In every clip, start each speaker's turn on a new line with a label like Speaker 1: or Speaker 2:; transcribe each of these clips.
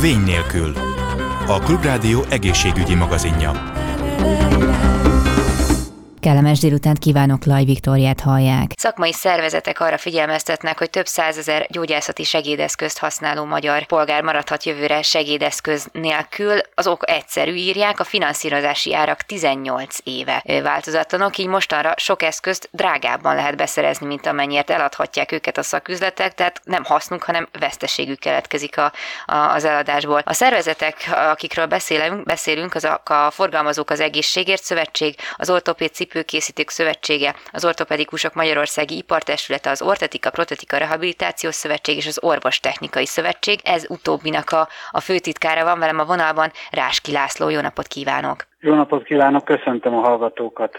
Speaker 1: Vény nélkül. A Klubrádió egészségügyi magazinja.
Speaker 2: Kellemes délutánt kívánok, Laj Viktóriát hallják.
Speaker 3: Szakmai szervezetek arra figyelmeztetnek, hogy több százezer gyógyászati segédeszközt használó magyar polgár maradhat jövőre segédeszköz nélkül. Az ok egyszerű, írják, a finanszírozási árak 18 éve változatlanok, így mostanra sok eszközt drágábban lehet beszerezni, mint amennyiért eladhatják őket a szaküzletek, tehát nem hasznuk, hanem veszteségük keletkezik az eladásból. A szervezetek, akikről beszélünk, azok a Forgalmazók az Egészségért Szövetség, az Ortopéd Cipőkészítők Szövetsége, az Ortopedikusok Magyarországi Ipartestülete, az Ortetika Protetika Rehabilitációs Szövetség és az Orvostechnikai Szövetség. Ez utóbbinak a főtitkára van velem a vonalban, Ráski László. Jó napot kívánok!
Speaker 4: Jó napot kívánok, köszöntöm a hallgatókat!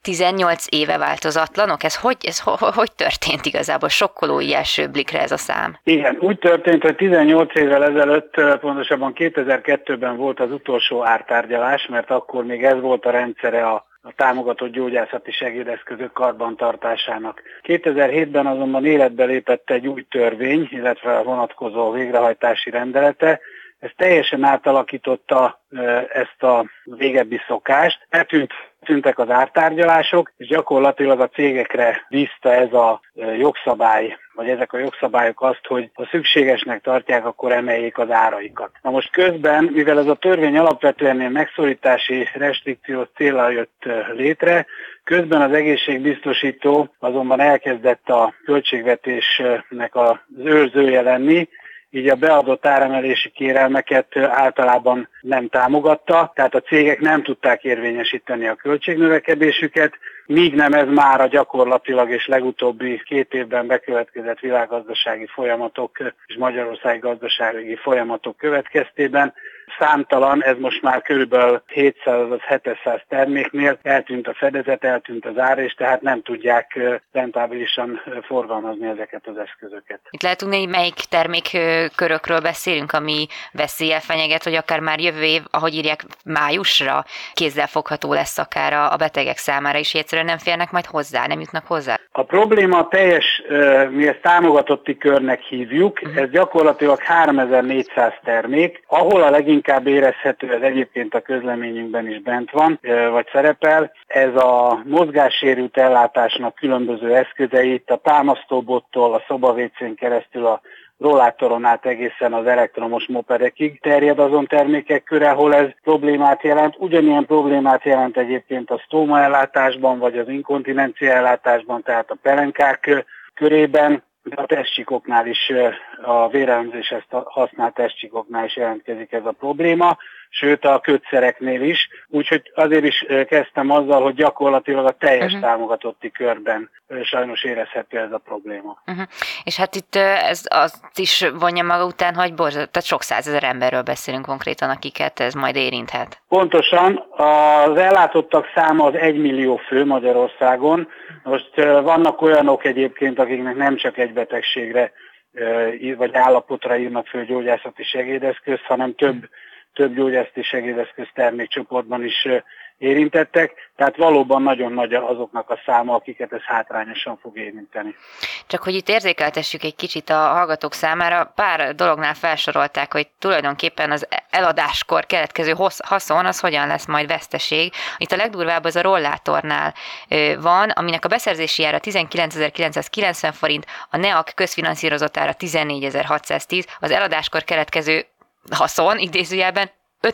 Speaker 3: 18 éve változatlanok? Ez hogy történt igazából? Sokkoló első blikre ez a szám.
Speaker 4: Igen, úgy történt, hogy 18 évvel ezelőtt, pontosabban 2002-ben volt az utolsó ártárgyalás, mert akkor még ez volt a rendszere a támogatott gyógyászati segédeszközök karbantartásának. 2007-ben azonban életbe lépett egy új törvény, illetve a vonatkozó végrehajtási rendelete. Ez teljesen átalakította ezt a régebbi szokást. Eltűntek az ártárgyalások, és gyakorlatilag a cégekre bízta ez a jogszabály, vagy ezek a jogszabályok azt, hogy ha szükségesnek tartják, akkor emeljék az áraikat. Na most közben, mivel ez a törvény alapvetően ilyen megszorítási restrikciós céllal jött létre, közben az egészségbiztosító azonban elkezdett a költségvetésnek az őrzője lenni, így a beadott áremelési kérelmeket általában nem támogatta, tehát a cégek nem tudták érvényesíteni a költségnövekedésüket, míg nem ez már a gyakorlatilag és legutóbbi 2 évben bekövetkezett világgazdasági folyamatok és magyarországi gazdasági folyamatok következtében számtalan, ez most már körülbelül 700-700 terméknél eltűnt a fedezet, eltűnt az ár, és tehát nem tudják rentábilisan forgalmazni ezeket az eszközöket.
Speaker 3: Itt lehet tudni, melyik termékkörökről beszélünk, ami veszéllyel fenyeget, hogy akár már jövő év, ahogy írják, májusra kézzelfogható lesz akár a betegek számára is, egyszerűen nem férnek majd hozzá, nem jutnak hozzá.
Speaker 4: A probléma teljes, mi ezt támogatotti körnek hívjuk, ez gyakorlatilag 3400 termék, ahol a leginkább érezhető, ez egyébként a közleményünkben is bent van, vagy szerepel, ez a mozgássérült ellátásnak különböző eszközeit, a támasztóbottól, a szobavécén keresztül a rollátoron át egészen az elektromos mopedekig terjed azon termékek köre, ahol ez problémát jelent. Ugyanilyen problémát jelent egyébként a sztóma ellátásban, vagy az inkontinencia ellátásban, tehát a pelenkák körében, de a testcsikoknál is, a vérelemzéshez használt testcsikoknál is jelentkezik ez a probléma, sőt a kötszereknél is. Úgyhogy azért is kezdtem azzal, hogy gyakorlatilag a teljes támogatotti körben sajnos érezhető ez a probléma.
Speaker 3: És hát itt ez azt is vonja maga után, hogy tehát sok százezer emberről beszélünk konkrétan, akiket ez majd érinthet.
Speaker 4: Pontosan, az ellátottak száma az 1 millió fő Magyarországon. Most vannak olyanok egyébként, akiknek nem csak egy betegségre vagy állapotra írnak föl gyógyászati segédeszközt, hanem több gyógyászati segédeszköz termékcsoportban is érintettek, tehát valóban nagyon nagy azoknak a száma, akiket ez hátrányosan fog érinteni.
Speaker 3: Csak hogy itt érzékeltessük egy kicsit a hallgatók számára, pár dolognál felsorolták, hogy tulajdonképpen az eladáskor keletkező haszon, az hogyan lesz majd veszteség. Itt a legdurvább az a rollátornál van, aminek a beszerzési ára 19.990 forint, a NEAK közfinanszírozott ára 14.610, az eladáskor keletkező haszon, idézőjelben,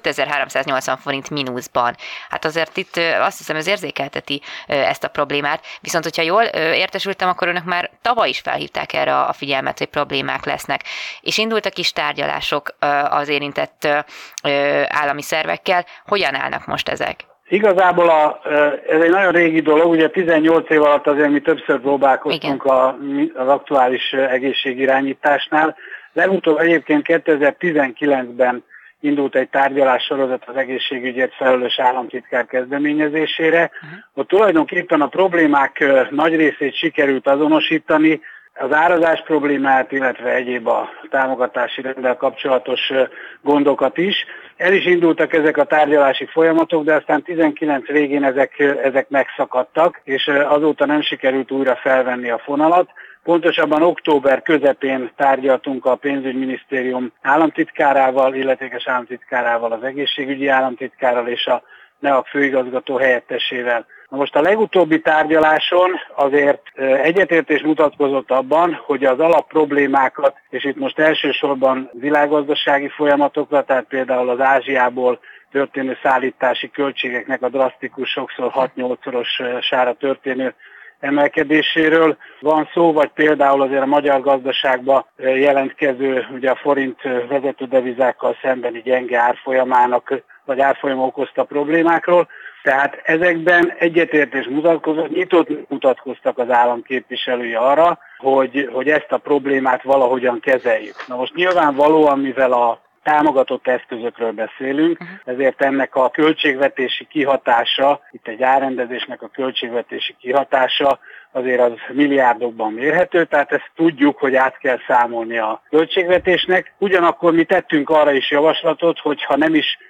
Speaker 3: 5380 forint mínuszban. Hát azért itt azt hiszem, ez érzékelteti ezt a problémát. Viszont, hogyha jól értesültem, akkor önök már tavaly is felhívták erre a figyelmet, hogy problémák lesznek. És indultak is tárgyalások az érintett állami szervekkel. Hogyan állnak most ezek?
Speaker 4: Igazából ez egy nagyon régi dolog, ugye 18 év alatt azért mi többször próbálkoztunk az aktuális egészségirányításnál. Legutóbb egyébként 2019-ben indult egy tárgyalássorozat az egészségügyért felelős államtitkár kezdeményezésére. Ott tulajdonképpen a problémák nagy részét sikerült azonosítani, az árazás problémát, illetve egyéb a támogatási renddel kapcsolatos gondokat is. El is indultak ezek a tárgyalási folyamatok, de aztán 19 végén ezek megszakadtak, és azóta nem sikerült újra felvenni a fonalat. Pontosabban október közepén tárgyaltunk a pénzügyminisztérium államtitkárával, illetékes államtitkárával, az egészségügyi államtitkárral és a NEAK főigazgató helyettesével. Na most a legutóbbi tárgyaláson azért egyetértés mutatkozott abban, hogy az alapproblémákat, és itt most elsősorban világgazdasági folyamatokra, tehát például az Ázsiából történő szállítási költségeknek a drasztikus, sokszor 6-8-szorosára történő emelkedéséről van szó, vagy például azért a magyar gazdaságban jelentkező, ugye a forint vezető devizákkal szembeni gyenge árfolyamának, vagy árfolyam okozta problémákról. Tehát ezekben egyetértés mutatkozott, nyitott mutatkoztak az államképviselői arra, hogy ezt a problémát valahogyan kezeljük. Na most nyilvánvalóan, mivel a támogatott eszközökről beszélünk, ezért ennek a költségvetési kihatása, itt egy árrendezésnek a költségvetési kihatása azért az milliárdokban mérhető, tehát ezt tudjuk, hogy át kell számolni a költségvetésnek. Ugyanakkor mi tettünk arra is javaslatot, hogy ha nem is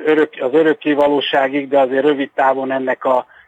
Speaker 4: az örökké valóságig, de azért rövid távon ennek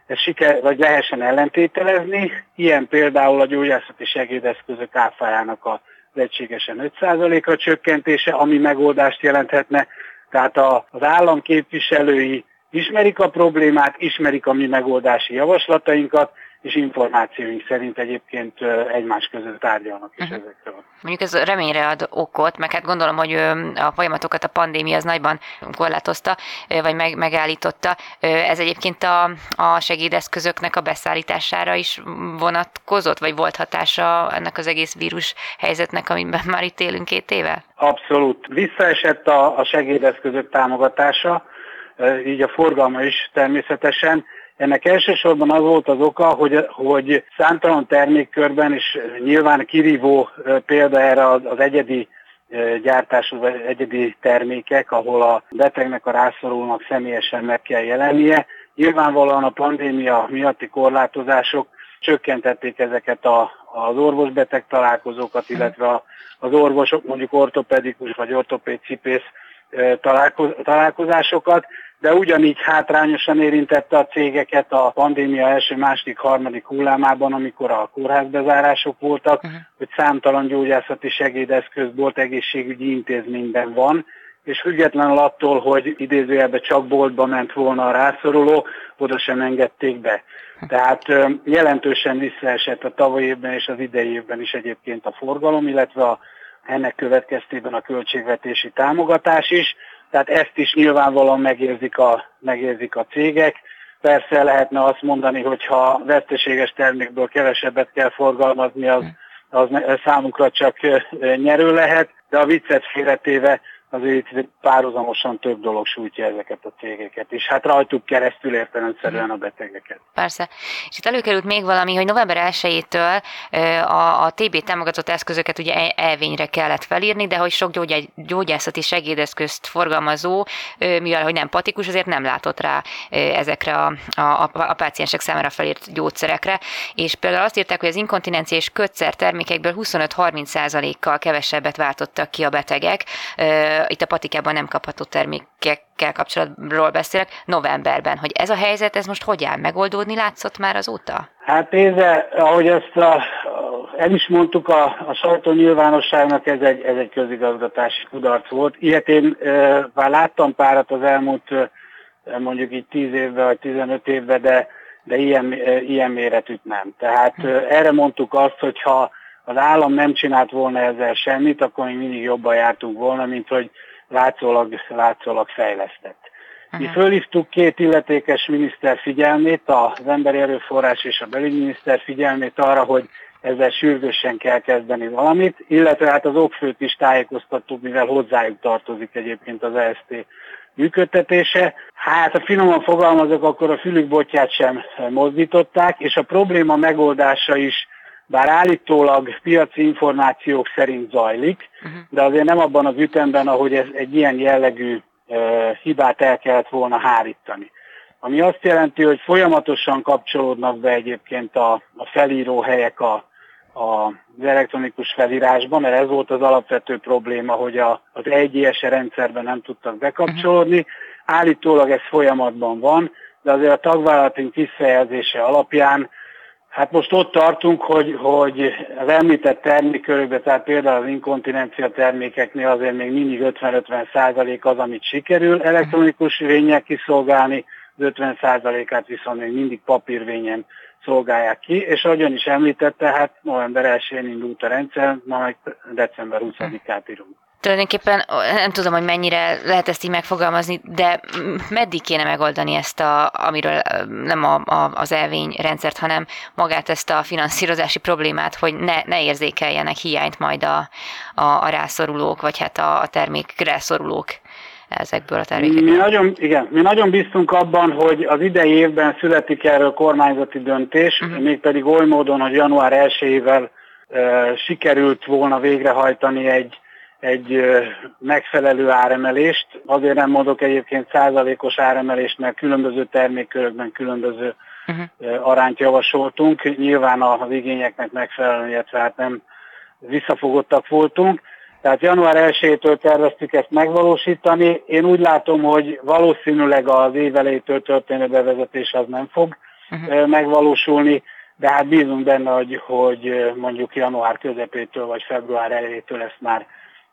Speaker 4: vagy lehessen ellentételezni, ilyen például a gyógyászati segédeszközök áfájának az egységesen 5%-ra csökkentése, ami megoldást jelenthetne. Tehát az állam képviselői ismerik a problémát, ismerik a mi megoldási javaslatainkat, és információink szerint egyébként egymás között tárgyalnak is ezekről.
Speaker 3: Mondjuk ez reményre ad okot, meg hát gondolom, hogy a folyamatokat a pandémia az nagyban korlátozta, vagy megállította. Ez egyébként a segédeszközöknek a beszállítására is vonatkozott, vagy volt hatása ennek az egész vírus helyzetnek, amiben már itt élünk 2 éve?
Speaker 4: Abszolút. Visszaesett a segédeszközök támogatása, így a forgalma is természetesen. Ennek elsősorban az volt az oka, hogy számtalan termékkörben, és nyilván kirívó példa erre az egyedi gyártású vagy egyedi termékek, ahol a betegnek, a rászorulónak személyesen meg kell jelennie. Nyilvánvalóan a pandémia miatti korlátozások csökkentették ezeket az orvos-beteg találkozókat, illetve az orvosok, mondjuk ortopedikus vagy ortopéd-cipész találkozásokat, de ugyanígy hátrányosan érintette a cégeket a pandémia első, második, harmadik hullámában, amikor a kórházbezárások voltak, hogy számtalan gyógyászati segédeszköz volt, egészségügyi intézményben van, és függetlenül attól, hogy idézőjelben csak boltba ment volna a rászoruló, oda sem engedték be. Tehát jelentősen visszaesett a tavalyi évben és az idei évben is egyébként a forgalom, illetve ennek következtében a költségvetési támogatás is. Tehát ezt is nyilvánvalóan megérzik a cégek. Persze lehetne azt mondani, hogy ha veszteséges termékből kevesebbet kell forgalmazni, az számukra csak nyerő lehet, de a viccet félretéve azért párhuzamosan több dolog sújtja ezeket a cégeket, és hát rajtuk keresztül értelemszerűen a betegeket.
Speaker 3: Persze. És itt előkerült még valami, hogy november 1-től a TB támogatott eszközöket ugye elvényre kellett felírni, de hogy sok gyógyászati segédeszközt forgalmazó, mivel hogy nem patikus, azért nem látott rá ezekre a páciensek számára felírt gyógyszerekre. És például azt írták, hogy az inkontinencia és kötszer termékekből 25-30%-kal kevesebbet váltottak ki a betegek. Itt a patikában nem kapható termékekkel kapcsolatról beszélek, novemberben. Hogy ez a helyzet, ez most hogy áll? Megoldódni látszott már azóta?
Speaker 4: Hát nézze, ahogy ezt el is mondtuk a sajtó nyilvánosságnak, ez egy közigazgatási kudarc volt. Ilyet én már láttam párat az elmúlt mondjuk így 10 évben vagy 15 évben, de ilyen méretűt nem. Tehát erre mondtuk azt, hogy ha az állam nem csinált volna ezzel semmit, akkor még mindig jobban jártunk volna, mint hogy látszólag fejlesztett. Mi fölhívtuk 2 illetékes miniszter figyelmét, az emberi erőforrás és a belügyminiszter figyelmét arra, hogy ezzel sürgősen kell kezdeni valamit, illetve hát az okfőt is tájékoztattuk, mivel hozzájuk tartozik egyébként az ESZT működtetése. Hát, ha finoman fogalmazok, akkor a fülükbotját sem mozdították, és a probléma megoldása is, bár állítólag piaci információk szerint zajlik, de azért nem abban az ütemben, ahogy egy ilyen jellegű hibát el kellett volna hárítani. Ami azt jelenti, hogy folyamatosan kapcsolódnak be egyébként a felíróhelyek az elektronikus felírásban, mert ez volt az alapvető probléma, hogy az EGS rendszerben nem tudtak bekapcsolódni. Állítólag ez folyamatban van, de azért a tagvállalatunk visszajelzése alapján Hát most ott tartunk, hogy az említett termékkörökben, tehát például az inkontinencia termékeknél azért még mindig 50-50% az, amit sikerül elektronikus vénnyel kiszolgálni, az 50%-át viszont még mindig papírvényen szolgálják ki, és ahogyan is említette, hát november 1-én indult a rendszer, majd december 20-át írunk.
Speaker 3: Tulajdonképpen nem tudom, hogy mennyire lehet ezt így megfogalmazni, de meddig kéne megoldani ezt, amiről nem az elvényrendszert, hanem magát ezt a finanszírozási problémát, hogy ne érzékeljenek hiányt majd a rászorulók, vagy hát a termékre szorulók ezekből a termékekből.
Speaker 4: Mi nagyon bíztunk abban, hogy az idei évben születik erről kormányzati döntés, mégpedig oly módon, hogy január 1-ével sikerült volna végrehajtani egy megfelelő áremelést. Azért nem mondok egyébként százalékos áremelést, mert különböző termékkörökben különböző arányt javasoltunk. Nyilván az igényeknek megfelelően, illetve hát nem visszafogottak voltunk. Tehát január 1-től terveztük ezt megvalósítani. Én úgy látom, hogy valószínűleg az év elejétől történő bevezetés az nem fog megvalósulni, de hát bízunk benne, hogy mondjuk január közepétől vagy február elejétől ezt már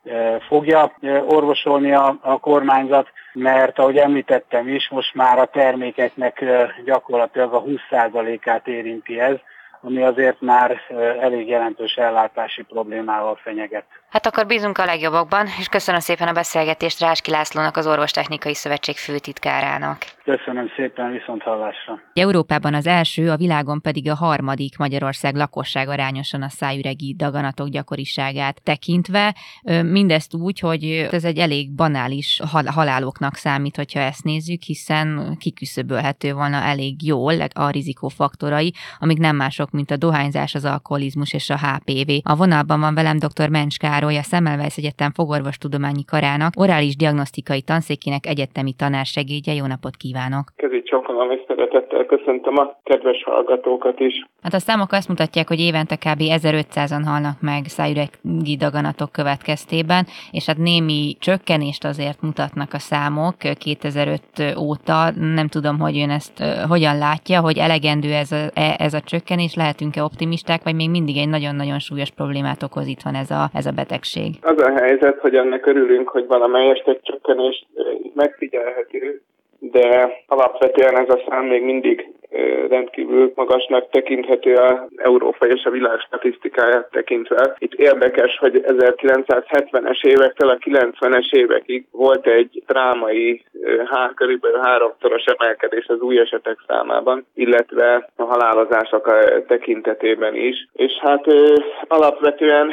Speaker 4: fogja orvosolni a kormányzat, mert ahogy említettem is, most már a termékeknek gyakorlatilag a 20%-át érinti ez, ami azért már elég jelentős ellátási problémával fenyeget.
Speaker 3: Hát akkor bízunk a legjobbakban, és köszönöm szépen a beszélgetést Ráski Lászlónak, az Orvostechnikai Szövetség főtitkárának.
Speaker 4: Köszönöm szépen, viszonthallásra.
Speaker 2: Európában az első, a világon pedig a harmadik Magyarország lakosság arányosan a szájüregi daganatok gyakoriságát tekintve. Mindezt úgy, hogy ez egy elég banális haláloknak számít, hogyha ezt nézzük, hiszen kiküszöbölhető volna elég jól a rizikófaktorai, amik nem mások, mint a dohányzás, az alkoholizmus és a HPV. A vonalban van velem dr. Mencs Károly, a Semmelweis Egyetem Fogorvostudományi Karának, orális diagnosztikai tanszékének egyetemi tanársegédje. Jó napot kívánok!
Speaker 5: Kezét csókolom és szeretettel köszöntöm a kedves hallgatókat is.
Speaker 2: Hát a számok azt mutatják, hogy évente kb. 1500-an halnak meg szájüregi daganatok következtében, és hát némi csökkenést azért mutatnak a számok 2005 óta. Nem tudom, hogy ön ezt hogyan látja, hogy elegendő ez a csökkenés, lehetünk-e optimisták, vagy még mindig egy nagyon-nagyon súlyos problémát okoz itthon ez a betegség?
Speaker 5: Az a helyzet, hogy ennek örülünk, hogy valamelyest egy csökkenést megfigyelhető, de alapvetően ez a szám még mindig rendkívül magasnak tekinthető az Európa és a világ statisztikáját tekintve. Itt érdekes, hogy 1970-es évektől a 90-es évekig volt egy drámai, körülbelül 3-szoros emelkedés az új esetek számában, illetve a halálozások tekintetében is. És hát alapvetően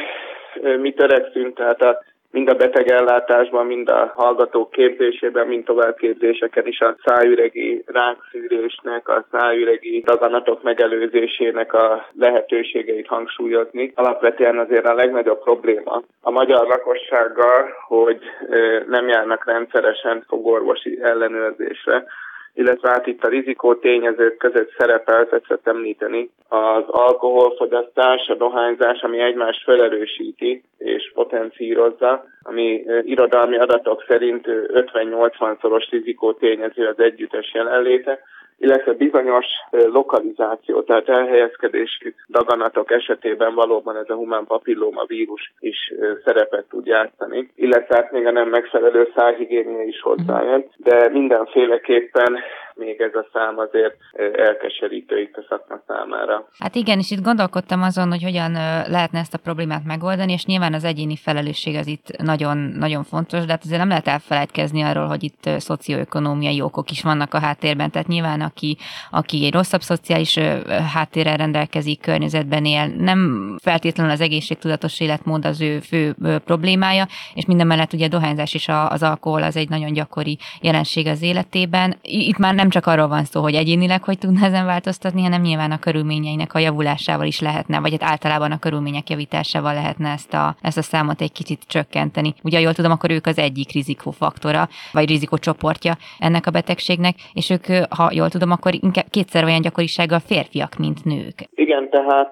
Speaker 5: mi törekszünk, tehát mind a betegellátásban, mind a hallgatók képzésében, mind továbbképzéseken is a szájüregi rákszűrésnek, a szájüregi daganatok megelőzésének a lehetőségeit hangsúlyozni. Alapvetően azért a legnagyobb probléma a magyar lakossággal, hogy nem járnak rendszeresen fogorvosi ellenőrzésre, illetve hát itt a rizikótényezők között szerepel, tetszett említeni, az alkoholfogyasztás, a dohányzás, ami egymást felerősíti és potencírozza, ami irodalmi adatok szerint 50-80-szoros rizikótényező az együttes jelenléte, illetve bizonyos lokalizáció, tehát elhelyezkedésű daganatok esetében valóban ez a humán papillóma vírus is szerepet tud játszani, illetve hát még a nem megfelelő szájhigiénia is hozzájön, de mindenféleképpen még ez a szám azért elkeserítő itt a szakma számára.
Speaker 2: Hát igen, és itt gondolkodtam azon, hogy hogyan lehetne ezt a problémát megoldani, és nyilván az egyéni felelősség az itt nagyon, nagyon fontos, de hát azért nem lehet elfelejtkezni arról, hogy itt szocioökonómiai okok is vannak a háttérben, tehát nyilván aki egy rosszabb szociális háttérrel rendelkezik, környezetben él, nem feltétlenül az egészségtudatos életmód az ő fő problémája, és mindemellett ugye a dohányzás és az alkohol az egy nagyon gyakori jelenség az életében. Itt már nem csak arról van szó, hogy egyénileg hogy tudna ezen változtatni, hanem nyilván a körülményeinek a javulásával is lehetne, vagy hát általában a körülmények javításával lehetne ezt a számot egy kicsit csökkenteni. Ugye, jól tudom, akkor ők az egyik rizikófaktora, vagy rizikócsoportja ennek a betegségnek, és ők, ha jól tudom, akkor inkább kétszer olyan gyakorisággal férfiak, mint nők.
Speaker 5: Igen, tehát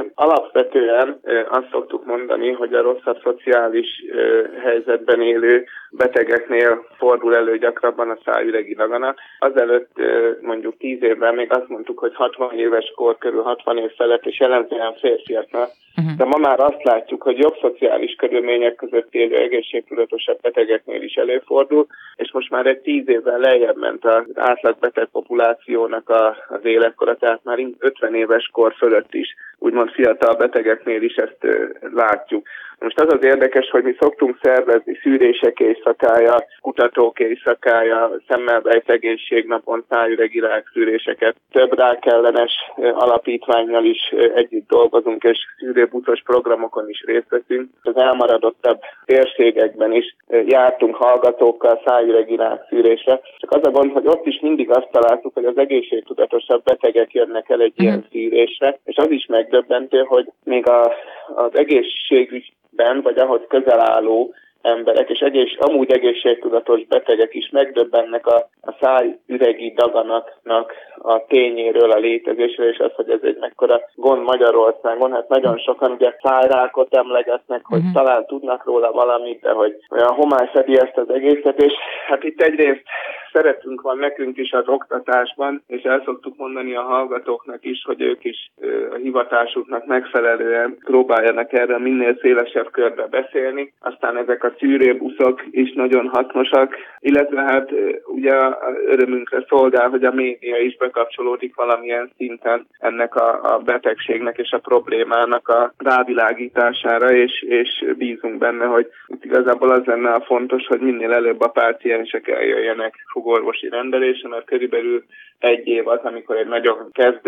Speaker 5: alapvetően azt szoktuk mondani, hogy a rosszabb szociális helyzetben élő betegeknél fordul elő gyakrabban a szájüregi daganat. Azelőtt ezelőtt mondjuk 10 évvel még azt mondtuk, hogy 60 éves kor körül, 60 év felett, és jellemzően férfiaknak. De ma már azt látjuk, hogy jobb szociális körülmények között élő egészségtudatosabb betegeknél is előfordul, és most már egy 10 évvel lejjebb ment az átlagbeteg populációnak az életkora, tehát már 50 éves kor fölött is, úgymond fiatal betegeknél is ezt látjuk. Most az az érdekes, hogy mi szoktunk szervezni szűrések éjszakája, kutatók éjszakája, szemmelbejtegészségnapon, szájüregi rákszűréseket. Több rákellenes alapítvánnyal is együtt dolgozunk, és szűrőbuszos programokon is részt veszünk. Az elmaradottabb térségekben is jártunk hallgatókkal szájüregi rákszűrésre. Csak az a gond, hogy ott is mindig azt találtuk, hogy az egészségtudatosabb betegek jönnek el egy ilyen szűrésre, és az is megdöbbentő, hogy még az egészségügyben, vagy ahhoz közel álló emberek, és amúgy egészségtudatos betegek is megdöbbennek a szájüregi daganatnak a tényéről, a létezésről, és az, hogy ez egy mekkora gond Magyarországon. Hát nagyon sokan ugye szájrákot emlegetnek, hogy talán tudnak róla valamit, de hogy olyan homály fedi ezt az egészet, és hát itt egyrészt szeretünk van nekünk is az oktatásban, és el szoktuk mondani a hallgatóknak is, hogy ők is a hivatásuknak megfelelően próbáljanak erre minél szélesebb körbe beszélni. Aztán ezek a szűrőbuszok is nagyon hasznosak, illetve hát ugye örömünkre szolgál, hogy a média is bekapcsolódik valamilyen szinten ennek a betegségnek és a problémának a rávilágítására, és bízunk benne, hogy itt igazából az lenne a fontos, hogy minél előbb a páciensek eljöjjenek fogorvosi rendelésen, mert körülbelül 1 év az, amikor egy nagyon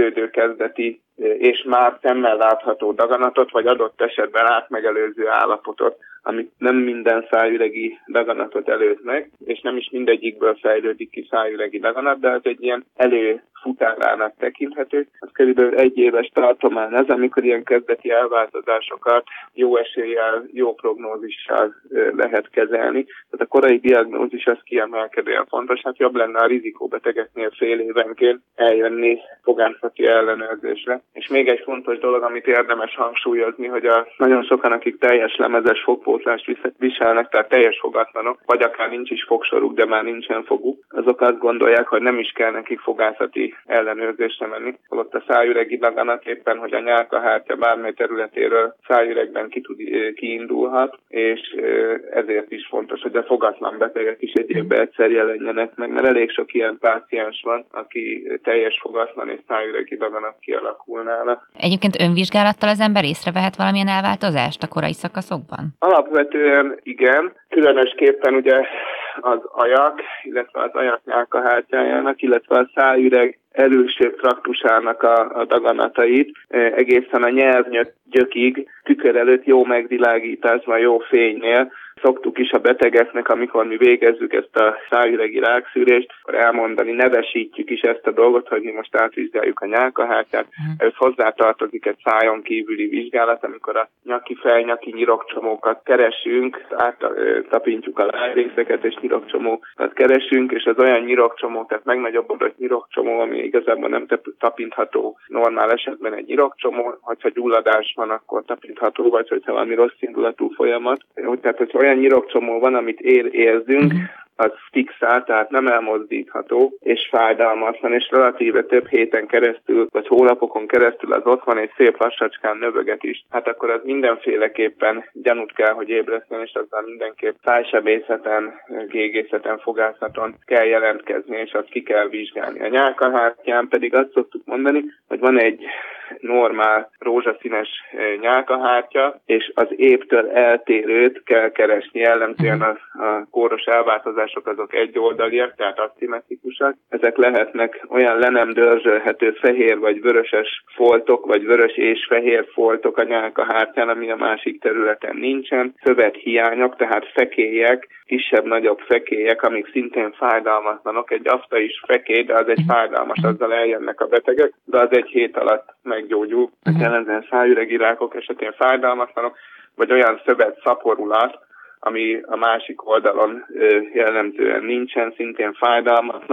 Speaker 5: kezdeti és már szemmel látható daganatot, vagy adott esetben átmegelőző állapotot, amit nem minden szájüregi daganatot előz meg, és nem is mindegyikből fejlődik ki szájüregi daganat, de ez egy ilyen előfutárának tekinthető. Az körülbelül 1 éves tartomány az, amikor ilyen kezdeti elváltozásokat jó eséllyel, jó prognózissal lehet kezelni. Tehát a korai diagnózis az kiemelkedően fontos, hát jobb lenne a rizikóbetegeknél fél évenként eljönni fogászati ellenőrzésre. És még egy fontos dolog, amit érdemes hangsúlyozni, hogy nagyon sokan, akik teljes lemezes fogpótlást viselnek, tehát teljes fogatlanok, vagy akár nincs is fogsoruk, de már nincsen foguk, azok azt gondolják, hogy nem is kell nekik fogászati ellenőrzésre menni. Holott a szájüregi daganat éppen, hogy a nyálkahártya bármely területéről szájüregben kiindulhat, és ezért is fontos, hogy a fogatlan betegek is egy évben egyszer jelenjenek meg, mert elég sok ilyen páciens van, aki teljes fogatlan és szájüregi daganat kialakul nála.
Speaker 2: Egyébként önvizsgálattal az ember észrevehet valamilyen elváltozást a korai szakaszokban?
Speaker 5: Alapvetően igen, különösképpen ugye az ajak, illetve az ajak nyálkahártyájának, illetve a szájüreg előső traktusának a daganatait egészen a nyelvgyökig tükör előtt jó megvilágításban, jó fénynél. Szoktuk is a betegeknek, amikor mi végezzük ezt a szájüregi rákszűrést, akkor elmondani, nevesítjük is ezt a dolgot, hogy mi most átvizsgáljuk a nyálkahártyát. Ez hozzátartozik egy szájon kívüli vizsgálat, amikor a nyaki nyirokcsomókat keresünk, áttapintjuk a lájrészeket és nyirokcsomókat keresünk, és az olyan nyirokcsomó, tehát megnagyobbodott nyirokcsomó, ami igazából nem tapintható normál esetben egy nyirokcsomó, hogyha gyulladás van, akkor tapintható, vagy hogyha valami rossz indulatú folyamat. Tehát, hogyha olyan nyirokcsomó van, amit érzünk, az fixál, tehát nem elmozdítható, és fájdalmatlan, és relatíve több héten keresztül, vagy hónapokon keresztül az ott van, és szép lassacskán növöget is. Hát akkor az mindenféleképpen gyanút kell, hogy ébreszteni, és azzal mindenképp szájsebészeten, gégészeten, fogászaton kell jelentkezni, és azt ki kell vizsgálni. A nyálkahártyán pedig azt szoktuk mondani, hogy van egy normál rózsaszínes nyálkahártya, és az éptől eltérőt kell keresni. Jellemzően a kóros elváltozások azok egyoldaliak, tehát aszimmetrikusak. Ezek lehetnek olyan le nem dörzsölhető fehér vagy vöröses foltok, vagy vörös és fehér foltok a nyálkahártyán, ami a másik területen nincsen. Szövethiányok, tehát fekélyek, kisebb-nagyobb fekélyek, amik szintén fájdalmatlanok. Egy afta is fekély, de az egy fájdalmas, azzal eljönnek a betegek, de az 1 hét alatt meggyógyul. Jellemzően szájüregi rákok esetén fájdalmatlanok, vagy olyan szövet szaporulat, ami a másik oldalon jellemzően nincsen, szintén fájdalmatlan,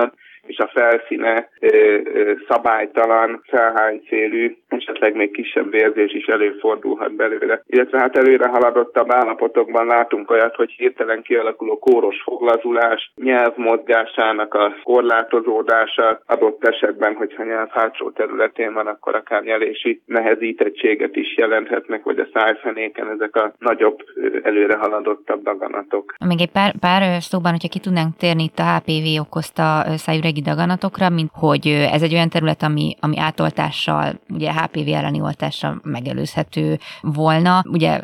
Speaker 5: és a felszíne szabálytalan, felhánycélű, esetleg még kisebb vérzés is előfordulhat belőle. Illetve hát előre haladottabb állapotokban látunk olyat, hogy hirtelen kialakuló kóros foglazulás, nyelv mozgásának a korlátozódása, adott esetben, hogyha nyelv hátsó területén van, akkor akár nyelési nehezítettséget is jelenthetnek, vagy a szájfenéken ezek a nagyobb, előre haladottabb daganatok.
Speaker 2: Még egy pár szóban, hogyha ki tudnánk térni itt a HPV okozta szájüregi daganatokra, mint hogy ez egy olyan terület, ami átoltással, ugye HPV elleni oltással megelőzhető volna. Ugye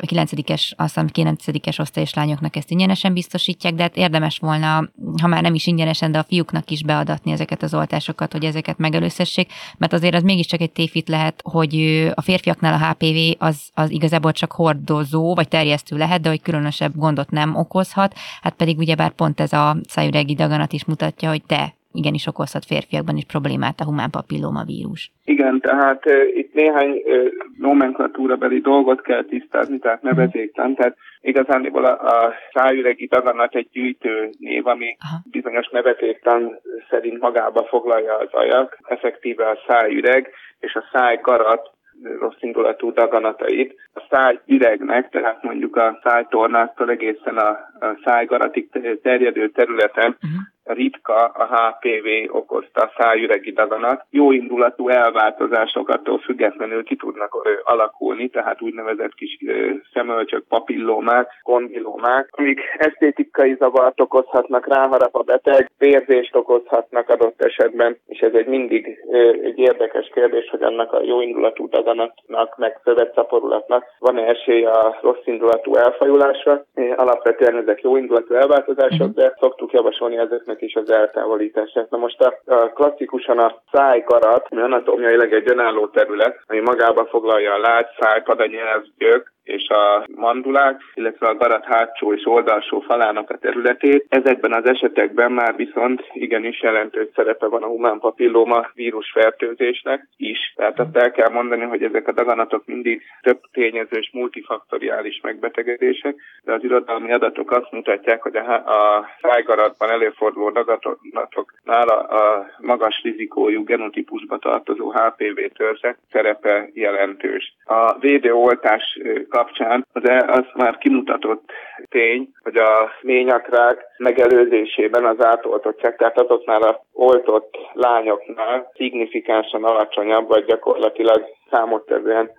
Speaker 2: 9-es osztályos lányoknak ezt ingyenesen biztosítják, de hát érdemes volna, ha már nem is ingyenesen, de a fiúknak is beadatni ezeket az oltásokat, hogy ezeket megelőzhessék, mert azért az mégiscsak egy tévhit lehet, hogy a férfiaknál a HPV az igazából csak hordozó, vagy terjesztő lehet, de hogy különösebb gondot nem okozhat, hát pedig ugyebár pont ez a szájüregi daganat is mutatja, hogy igenis okozhat férfiakban is problémát a humán papillomavírus.
Speaker 5: Igen, tehát itt néhány nomenklatúrabeli dolgot kell tisztázni, tehát nevezéktan, tehát igazániból a szájüregi daganat egy gyűjtő név, ami bizonyos nevezéktan szerint magába foglalja az ajak, effektíve a szájüreg és a szájgarat rossz indulatú daganatait. A szájüregnek, tehát mondjuk a szájtornáktól egészen a szájgaratig terjedő területen ritka a HPV okozta szájüregi daganat. Jó indulatú elváltozásoktól függetlenül ki tudnak alakulni, tehát úgynevezett kis szemölcsök, papillomák, kondilomák, amik esztétikai zavart okozhatnak, ráharap a beteg, vérzést okozhatnak adott esetben, és ez mindig egy érdekes kérdés, hogy annak a jó indulatú daganatnak, meg szövetszaporulatnak van-e esély a rossz indulatú elfajulásra. Alapvetően ezek jó indulatú elváltozások, de szoktuk javasolni ezeknek is az eltávolítását. Na most a klasszikusan a szájgarat, ami anatómiailag egy önálló terület, ami magába foglalja a lágy, szájpad, a nyelvgyök és a mandulák, illetve a garat hátsó és oldalsó falának a területét. Ezekben az esetekben már viszont igenis jelentős szerepe van a humán papilloma vírusfertőzésnek is. Tehát azt el kell mondani, hogy ezek a daganatok mindig több tényezős, multifaktoriális megbetegedések, de az irodalmi adatok azt mutatják, hogy a szájgaratban előforduló daganatoknál a magas rizikójú genotípusba tartozó HPV törzsek szerepe jelentős. A védőoltás kapcsán az már kimutatott tény, hogy a ményakrák megelőzésében az átoltottság, tehát azoknál az oltott lányoknál szignifikánsan alacsonyabb, vagy gyakorlatilag számottevően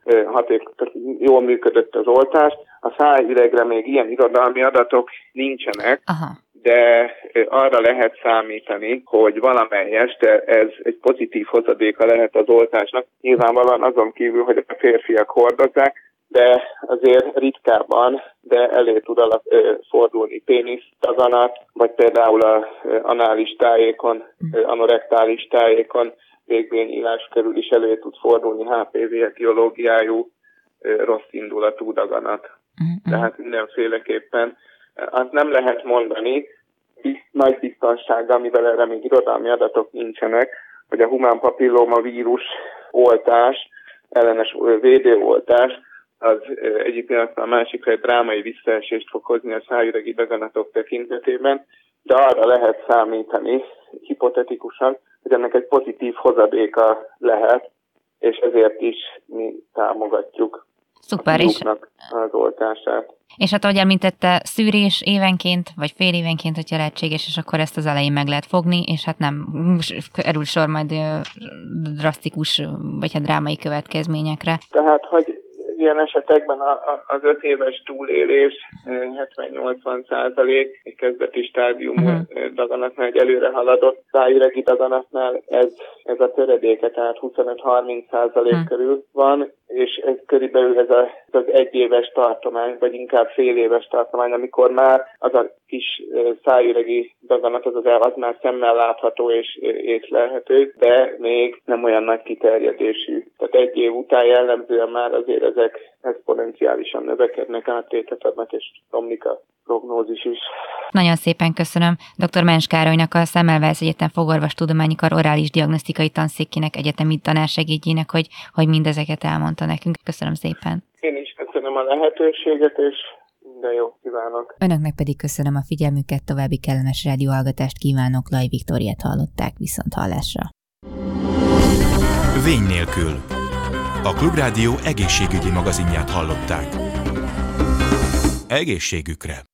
Speaker 5: jól működött az oltás. A szájüregre még ilyen irodalmi adatok nincsenek, de arra lehet számítani, hogy valamelyest ez egy pozitív hozadéka lehet az oltásnak. Nyilvánvalóan azon kívül, hogy a férfiak hordozzák, de azért ritkábban, de elé tud fordulni péniszdaganat, vagy például az anális tájékon, anorektális tájékon, végvényírás körül is elé tud fordulni HPV-etiológiájú rossz indulatú daganat. Tehát mindenféleképpen azt nem lehet mondani nagy biztonsággal, mivel erre még irodalmi adatok nincsenek, hogy a humán papilloma vírus oltás, ellenes védőoltás, az egyik pillanatban a másikra egy drámai visszaesést fog hozni a szájüregi daganatok tekintetében, de arra lehet számítani, hipotetikusan, hogy ennek egy pozitív hozadéka lehet, és ezért is mi támogatjuk a fiúknak az oltását.
Speaker 2: És hát ahogy említette, szűrés évenként, vagy fél évenként, hogyha lehetséges, és akkor ezt az elején meg lehet fogni, és hát nem kerül sor majd drasztikus, vagy hát drámai következményekre.
Speaker 5: Tehát, hogy ilyen esetekben az 5 éves túlélés 70-80%, egy kezdeti stádiumú daganatnál, egy előre haladott szájüregi daganatnál ez a töredéke, tehát 25-30% körül van, és ez körülbelül ez az 1 éves tartomány, vagy inkább fél éves tartomány, amikor már az a kis szájüregi daganat, az már szemmel látható és észlelhető, de még nem olyan nagy kiterjedésű. Tehát 1 év után jellemzően már azért ezek exponenciálisan növekednek, áttétet adnak, és romlik a prognózis is.
Speaker 2: Nagyon szépen köszönöm dr. Mens Károlynak, a Semmelweis Egyetem Fogorvostudományi Kar orális diagnosztikai tanszékének, egyetemi tanársegédjének, hogy mindezeket elmondta nekünk. Köszönöm szépen.
Speaker 5: Én is köszönöm a lehetőséget, és Minden jót kívánok!
Speaker 2: Önöknek pedig köszönöm a figyelmüket, további kellemes rádióhallgatást kívánok, Laj Viktóriát hallották, viszont hallásra.
Speaker 1: Vény nélkül. A Klubrádió egészségügyi magazinját hallották. Egészségükre!